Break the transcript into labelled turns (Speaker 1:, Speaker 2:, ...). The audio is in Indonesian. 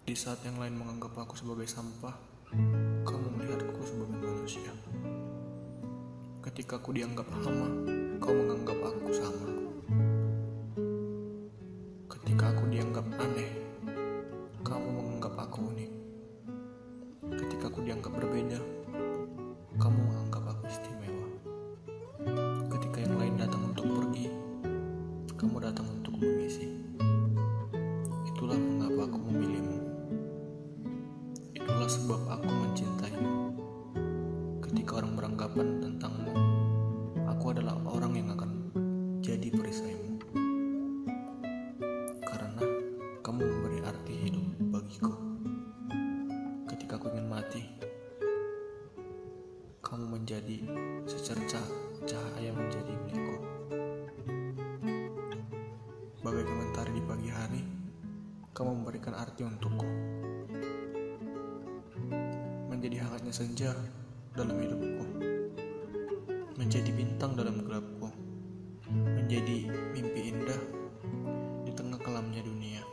Speaker 1: Di saat yang lain menganggap aku sebagai sampah, kamu melihatku sebagai manusia. Ketika aku dianggap hama, kau menganggap aku sama. Ketika aku dianggap aneh, kamu menganggap aku unik. Ketika aku dianggap berbeda, kamu menganggap aku istimewa. Ketika yang lain datang untuk pergi, kamu datang untuk mengisi. Itulah mengapa aku memilihmu. Itulah sebab aku mencintaimu. Ketika orang beranggapan tentangmu, aku adalah orang yang akan jadi perisaimu. Karena kamu memberi arti hidup bagiku. Ketika aku ingin mati, kamu menjadi secercah cahaya menjadi milikku. Bagaikan mentari di pagi hari, kamu memberikan arti untukku. Menjadi hangatnya senja dalam hidupku, menjadi bintang dalam gelapku, menjadi mimpi indah di tengah kelamnya dunia.